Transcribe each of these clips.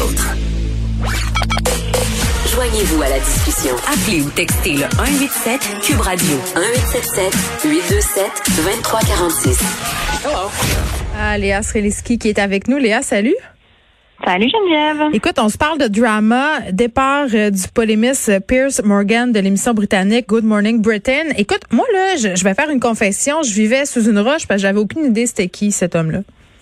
autres. Joignez-vous à la discussion. Appelez ou textez le 187 Cube Radio 1877 827 2346. Ah, Léa Sreliski qui est avec nous. Léa, salut. Salut Geneviève. Écoute, on se parle de drama, départ du polémiste Piers Morgan de l'émission britannique Good Morning Britain. Écoute, moi là, je vais faire une confession, je vivais sous une roche parce que j'avais aucune idée c'était qui cet homme-là.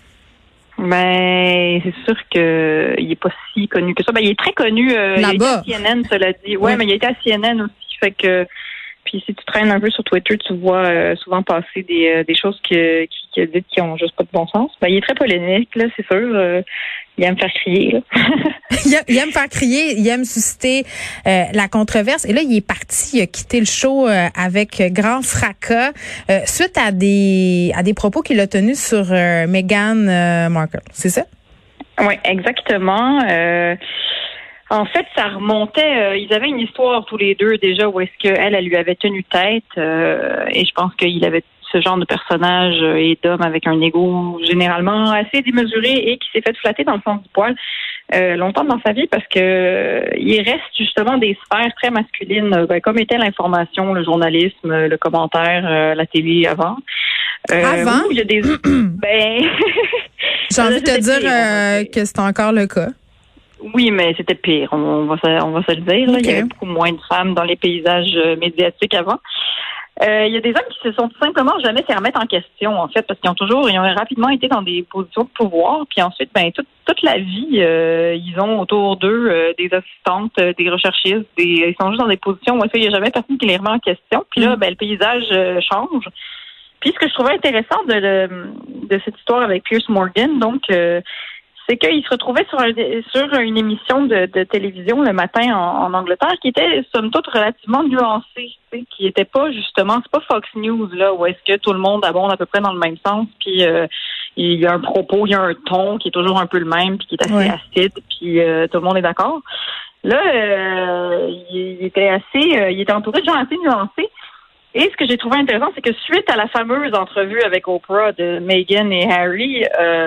Ben, c'est sûr que il est pas si connu que ça. Ben, il est très connu. Il a été à CNN, cela dit. Ouais, mais il a été à CNN aussi, fait que. Puis si tu traînes un peu sur Twitter, tu vois souvent passer des choses qui disent qui ont juste pas de bon sens. Ben, il est très polémique, là, c'est sûr. Il aime faire crier, là. il aime faire crier, il aime susciter la controverse. Et là, il est parti, il a quitté le show avec grand fracas suite à des propos qu'il a tenus sur Meghan Markle. C'est ça? Oui, exactement. En fait, ça remontait. Ils avaient une histoire tous les deux déjà où est-ce qu'elle lui avait tenu tête. Et je pense qu'il avait ce genre de personnage et d'homme avec un ego généralement assez démesuré et qui s'est fait flatter dans le sens du poil longtemps dans sa vie parce que il reste justement des sphères très masculines, comme était l'information, le journalisme, le commentaire, la télé avant. Avant? Il y a des j'ai envie de te dire que c'est encore le cas. Oui, mais c'était pire. On va se le dire. Là. Okay. Il y avait beaucoup moins de femmes dans les paysages médiatiques avant. Il y a des hommes qui se sont tout simplement jamais fait remettre en question, en fait, parce qu'ils ont rapidement été dans des positions de pouvoir. Puis ensuite, toute la vie, ils ont autour d'eux des assistantes, des recherchistes, ils sont juste dans des positions où il n'y a jamais personne qui les remet en question. Puis là, le paysage change. Puis ce que je trouvais intéressant de cette histoire avec Piers Morgan, donc. C'est qu'il se retrouvait sur une émission de télévision le matin en Angleterre qui était somme toute relativement nuancée, qui était pas justement, c'est pas Fox News là où est-ce que tout le monde abonde à peu près dans le même sens, puis il y a un propos, il y a un ton qui est toujours un peu le même, puis qui est assez acide, puis tout le monde est d'accord. Là, il était entouré de gens assez nuancés. Et ce que j'ai trouvé intéressant, c'est que suite à la fameuse entrevue avec Oprah de Meghan et Harry,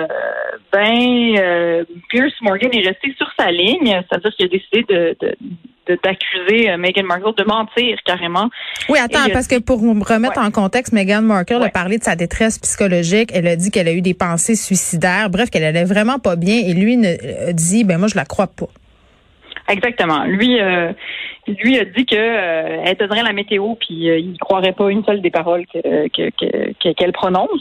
Piers Morgan est resté sur sa ligne, c'est-à-dire qu'il a décidé d'accuser Meghan Markle de mentir carrément. Oui, attends, parce que pour me remettre en contexte, Meghan Markle a parlé de sa détresse psychologique. Elle a dit qu'elle a eu des pensées suicidaires, bref, qu'elle allait vraiment pas bien. Et lui a dit, moi, je la crois pas. Exactement. Lui a dit que elle donnerait la météo, puis il croirait pas une seule des paroles qu'elle prononce.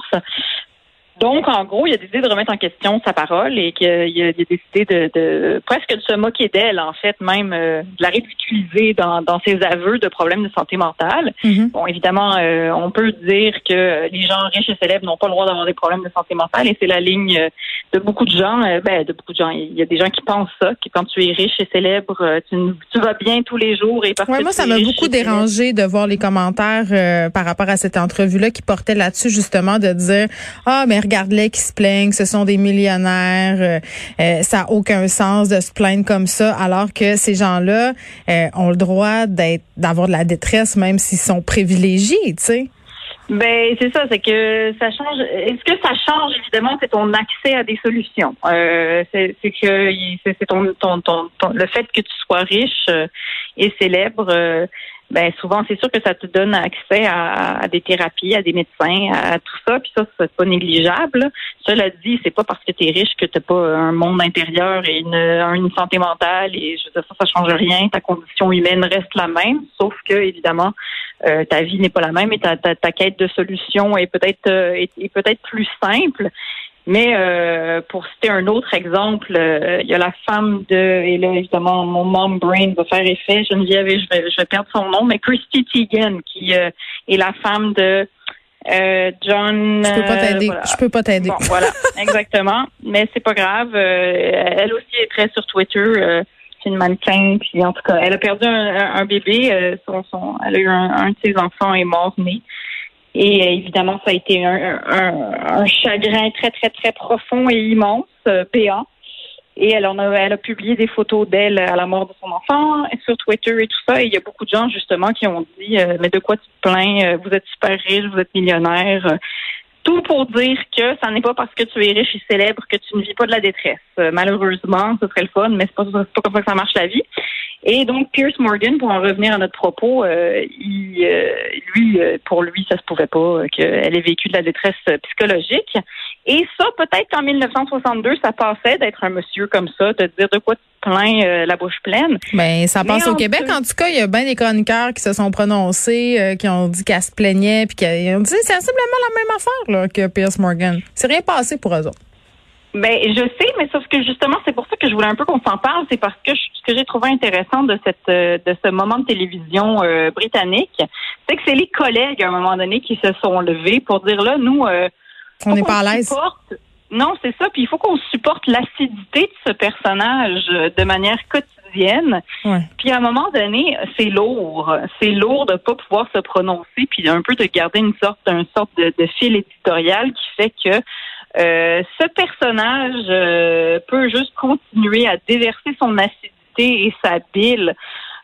Donc, en gros, il a décidé de remettre en question sa parole et qu'il a décidé de presque de se moquer d'elle, en fait, même de la ridiculiser dans ses aveux de problèmes de santé mentale. Mm-hmm. Bon, évidemment, on peut dire que les gens riches et célèbres n'ont pas le droit d'avoir des problèmes de santé mentale et c'est la ligne de beaucoup de gens. Il y a des gens qui pensent ça, que quand tu es riche et célèbre, tu vas bien tous les jours. Et parce que moi, ça m'a beaucoup dérangé de voir les commentaires par rapport à cette entrevue-là qui portait là-dessus, justement, de dire « Ah, mais regarde-les qui se plaignent, ce sont des millionnaires, ça n'a aucun sens de se plaindre comme ça, alors que ces gens-là ont le droit d'avoir de la détresse, même s'ils sont privilégiés, tu sais. » Ben c'est ça, c'est que ça change. Est-ce que ça change évidemment, c'est ton accès à des solutions. C'est ton le fait que tu sois riche et célèbre. Souvent, c'est sûr que ça te donne accès à des thérapies, à des médecins, à tout ça, puis ça, c'est pas négligeable. Cela dit, c'est pas parce que tu es riche que t'as pas un monde intérieur et une santé mentale, et je veux dire, ça change rien. Ta condition humaine reste la même, sauf que, évidemment, ta vie n'est pas la même et ta quête de solution est peut-être plus simple. Mais pour citer un autre exemple, il y a la femme et là évidemment mon mom brain va faire effet, Geneviève, je vais perdre son nom, mais Chrissy Teigen qui est la femme de John. Je peux pas t'aider. Bon, voilà, exactement. Mais c'est pas grave. Elle aussi est très sur Twitter. C'est une mannequin, puis en tout cas, elle a perdu un bébé. Elle a eu un de ses enfants est mort-né. Et évidemment, ça a été un chagrin très, très, très profond et immense, béant. Et elle a publié des photos d'elle à la mort de son enfant sur Twitter et tout ça. Et il y a beaucoup de gens, justement, qui ont dit « Mais de quoi tu te plains? Vous êtes super riche, vous êtes millionnaire. Tout pour dire que ça n'est pas parce que tu es riche et célèbre que tu ne vis pas de la détresse. Malheureusement, ce serait le fun, mais c'est pas comme ça que ça marche la vie. Et donc, Piers Morgan, pour en revenir à notre propos, pour lui, ça se pouvait pas qu'elle ait vécu de la détresse psychologique. Et ça, peut-être qu'en 1962, ça passait d'être un monsieur comme ça, de dire de quoi tu te plains la bouche pleine. Ben, ça passe au Québec. En tout cas, il y a bien des chroniqueurs qui se sont prononcés, qui ont dit qu'elle se plaignait, puis qui ont dit c'est sensiblement la même affaire là, que Piers Morgan. C'est rien passé pour eux autres. Ben, je sais, mais sauf que justement, c'est pour ça que je voulais un peu qu'on s'en parle, c'est parce que ce que j'ai trouvé intéressant de ce moment de télévision britannique, c'est que c'est les collègues à un moment donné qui se sont levés pour dire là, nous, on n'est pas à l'aise. Non, c'est ça. Puis il faut qu'on supporte l'acidité de ce personnage de manière quotidienne. Ouais. Puis à un moment donné, c'est lourd. C'est lourd de pas pouvoir se prononcer, puis un peu de garder une sorte de fil éditorial qui fait que ce personnage peut juste continuer à déverser son acidité et sa bile.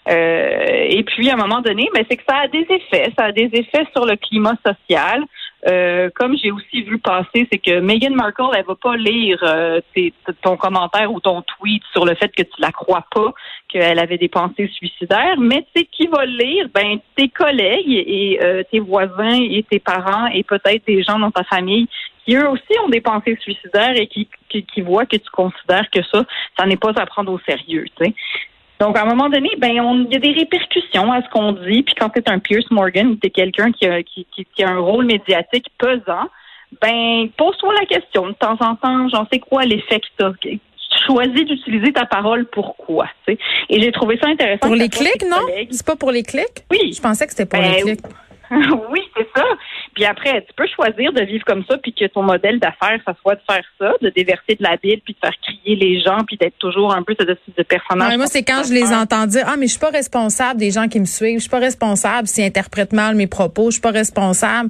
Et puis, à un moment donné, ben, c'est que ça a des effets. Ça a des effets sur le climat social. Comme j'ai aussi vu passer, c'est que Meghan Markle, elle va pas lire ton commentaire ou ton tweet sur le fait que tu la crois pas, qu'elle avait des pensées suicidaires. Mais tu sais, qui va le lire? Ben, tes collègues et tes voisins et tes parents et peut-être des gens dans ta famille qui eux aussi ont des pensées suicidaires et qui voient que tu considères que ça n'est pas à prendre au sérieux, tu sais. Donc, à un moment donné, ben, il y a des répercussions à ce qu'on dit. Puis quand t'es un Piers Morgan, t'es quelqu'un qui a un rôle médiatique pesant, ben, pose-toi la question de temps en temps, j'en sais quoi l'effet que t'as. Choisis d'utiliser ta parole pourquoi, tu sais. Et j'ai trouvé ça intéressant. Pour les clics, non? C'est pas pour les clics? Oui. Je pensais que c'était pour les clics. Oui, c'est ça. Puis après, tu peux choisir de vivre comme ça, puis que ton modèle d'affaires, ça soit de faire ça, de déverser de la bile, puis de faire crier les gens, puis d'être toujours un peu ce type de personnage. Non, moi, c'est quand je les entends dire, mais je suis pas responsable des gens qui me suivent, je suis pas responsable s'ils interprètent mal mes propos, je suis pas responsable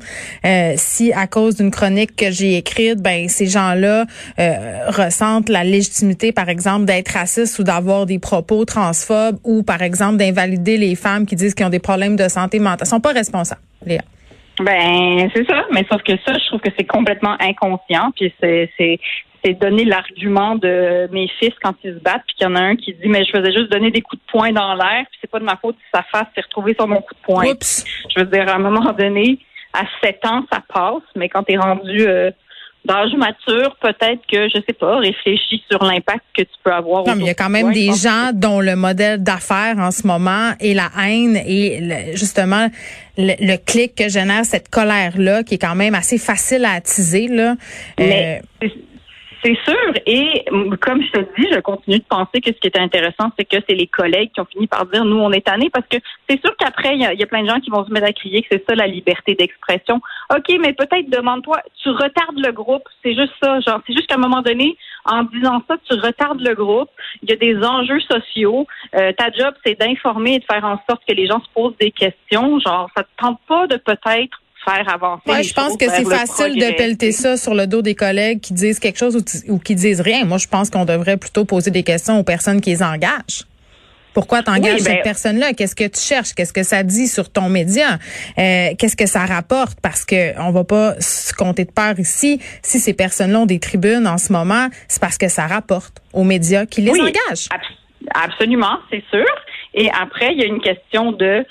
si à cause d'une chronique que j'ai écrite, ben ces gens-là ressentent la légitimité, par exemple, d'être racistes ou d'avoir des propos transphobes ou, par exemple, d'invalider les femmes qui disent qu'ils ont des problèmes de santé mentale. Ils sont pas responsables, Léa. Ben, c'est ça. Mais sauf que ça, je trouve que c'est complètement inconscient. Puis c'est donner l'argument de mes fils quand ils se battent, puis qu'il y en a un qui dit mais je faisais juste donner des coups de poing dans l'air, puis c'est pas de ma faute si sa face s'est retrouvée sur mon coup de poing. Oups. Je veux dire, à un moment donné, à 7 ans, ça passe, mais quand t'es rendu d'âge mature, peut-être que, je sais pas, réfléchis sur l'impact que tu peux avoir. Non, mais il y a quand même des gens dont le modèle d'affaires en ce moment est la haine et justement le clic que génère cette colère-là, qui est quand même assez facile à attiser, là. Mais c'est sûr. Et comme je te dis, je continue de penser que ce qui était intéressant, c'est que c'est les collègues qui ont fini par dire, nous, on est tannés, parce que c'est sûr qu'après, il y a plein de gens qui vont se mettre à crier que c'est ça la liberté d'expression. OK, mais peut-être demande-toi, tu retardes le groupe. C'est juste ça. Genre, c'est juste qu'à un moment donné, en disant ça, tu retardes le groupe. Il y a des enjeux sociaux. Ta job, c'est d'informer et de faire en sorte que les gens se posent des questions. Genre, ça te tente pas de peut-être faire avancer. Ouais, je pense que c'est facile de pelleter ça sur le dos des collègues qui disent quelque chose ou qui disent rien. Moi, je pense qu'on devrait plutôt poser des questions aux personnes qui les engagent. Pourquoi t'engages cette personne-là? Qu'est-ce que tu cherches? Qu'est-ce que ça dit sur ton média? Qu'est-ce que ça rapporte? Parce que on va pas se compter de peur ici. Si ces personnes-là ont des tribunes en ce moment, c'est parce que ça rapporte aux médias qui les engagent. Absolument, c'est sûr. Et après, il y a une question de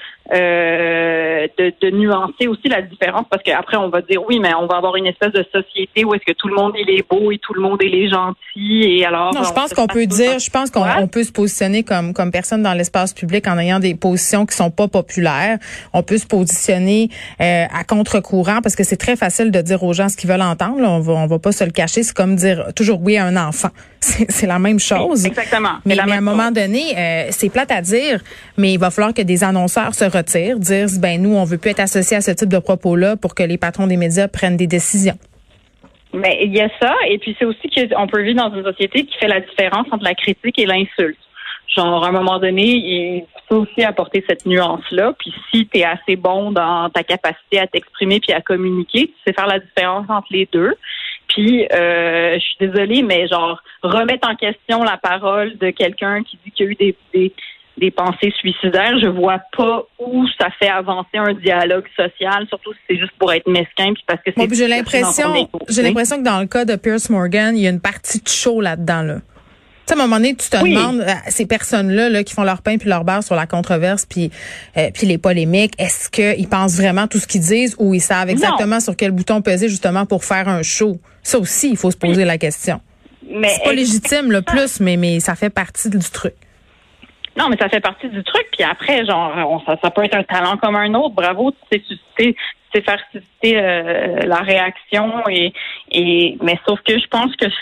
nuancer aussi la différence, parce qu'après on va dire oui, mais on va avoir une espèce de société où est-ce que tout le monde il est beau et tout le monde il est gentil, et alors non, je pense qu'on peut dire, je pense qu'on peut se positionner comme personne dans l'espace public en ayant des positions qui sont pas populaires. On peut se positionner à contre-courant, parce que c'est très facile de dire aux gens ce qu'ils veulent entendre. Là, on va pas se le cacher. C'est comme dire toujours oui à un enfant. C'est la même chose. Exactement. Mais à un moment donné, c'est plate à dire, mais il va falloir que des annonceurs se retirent, disent ben nous on veut plus être associés à ce type de propos-là pour que les patrons des médias prennent des décisions. Mais il y a ça, et puis c'est aussi qu'on peut vivre dans une société qui fait la différence entre la critique et l'insulte. Genre, à un moment donné, il faut aussi apporter cette nuance-là. Puis si tu es assez bon dans ta capacité à t'exprimer puis à communiquer, tu sais faire la différence entre les deux. Puis, je suis désolée, mais genre, remettre en question la parole de quelqu'un qui dit qu'il y a eu des pensées suicidaires. Je vois pas où ça fait avancer un dialogue social, surtout si c'est juste pour être mesquin, puis parce que c'est. J'ai l'impression que dans le cas de Piers Morgan, il y a une partie de show là-dedans, là. À un moment donné, tu te demandes, ces personnes-là là, qui font leur pain puis leur beurre sur la controverse puis les polémiques, est-ce qu'ils pensent vraiment tout ce qu'ils disent ou ils savent exactement sur quel bouton peser justement pour faire un show? Ça aussi, il faut se poser la question. Mais c'est pas légitime le plus, mais ça fait partie du truc. Non, mais ça fait partie du truc. Puis après, genre, ça peut être un talent comme un autre. Bravo, tu sais faire susciter la réaction mais sauf que je pense que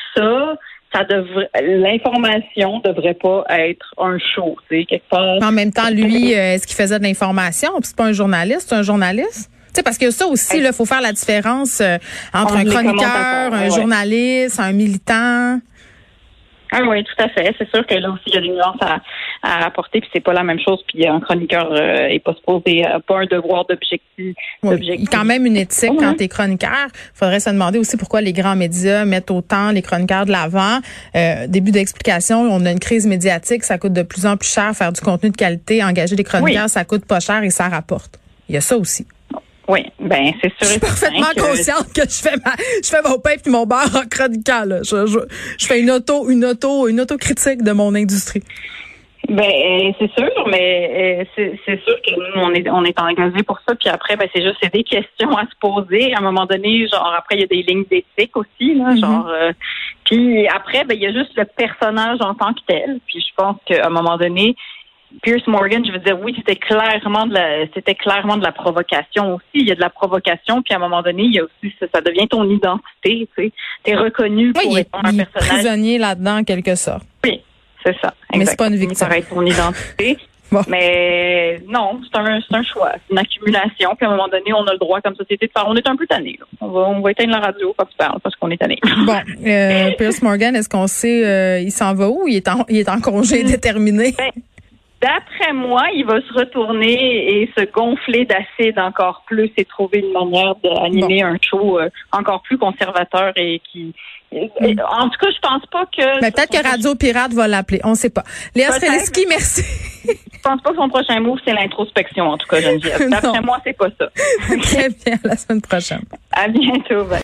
l'information devrait pas être un show, tu sais, quelque part. En même temps, lui, est-ce qu'il faisait de l'information? C'est pas un journaliste, c'est un journaliste? Tu sais, parce que ça aussi, il faut faire la différence entre un chroniqueur, un journaliste, un militant. Ah oui, tout à fait. C'est sûr que là aussi, il y a des nuances à rapporter, puis c'est pas la même chose. Puis un chroniqueur est pas supposé, pas un devoir d'objectif. Oui, il y a quand même une éthique quand t'es chroniqueur. Faudrait se demander aussi pourquoi les grands médias mettent autant les chroniqueurs de l'avant. Début d'explication, on a une crise médiatique, ça coûte de plus en plus cher faire du contenu de qualité, engager des chroniqueurs, ça coûte pas cher et ça rapporte. Il y a ça aussi. Oui, ben c'est sûr. Je suis parfaitement consciente que je fais mon pain puis mon beurre en chroniquant, là. Je fais une autocritique de mon industrie. Ben c'est sûr, mais c'est sûr que nous on est engagés pour ça. Puis après, ben c'est juste des questions à se poser. À un moment donné, genre après il y a des lignes d'éthique aussi, là, genre. Puis après, ben il y a juste le personnage en tant que tel. Puis je pense qu'à un moment donné, Piers Morgan, je veux dire, oui, c'était clairement de la provocation aussi. Il y a de la provocation, puis à un moment donné, il y a aussi ça devient ton identité, tu sais. T'es reconnu pour être un personnage. Prisonnier là-dedans, en quelque sorte. Oui, c'est ça. Mais c'est pas une victime. Ça va être ton identité. Bon. Mais non, c'est un choix, c'est une accumulation. Puis à un moment donné, on a le droit comme société de faire. On est un peu tanné. On va éteindre la radio quand tu parles parce qu'on est tanné. Bon, Piers Morgan, est-ce qu'on sait il s'en va où? Il est en congé déterminé. D'après moi, il va se retourner et se gonfler d'acide encore plus et trouver une manière d'animer un show encore plus conservateur et qui... En tout cas, je pense pas que... Mais peut-être que Radio Pirate va l'appeler. On sait pas. Léa Streliski, merci. Je pense pas que son prochain move, c'est l'introspection, en tout cas, Geneviève. D'après moi, c'est pas ça. Très bien. À la semaine prochaine. À bientôt. Bye.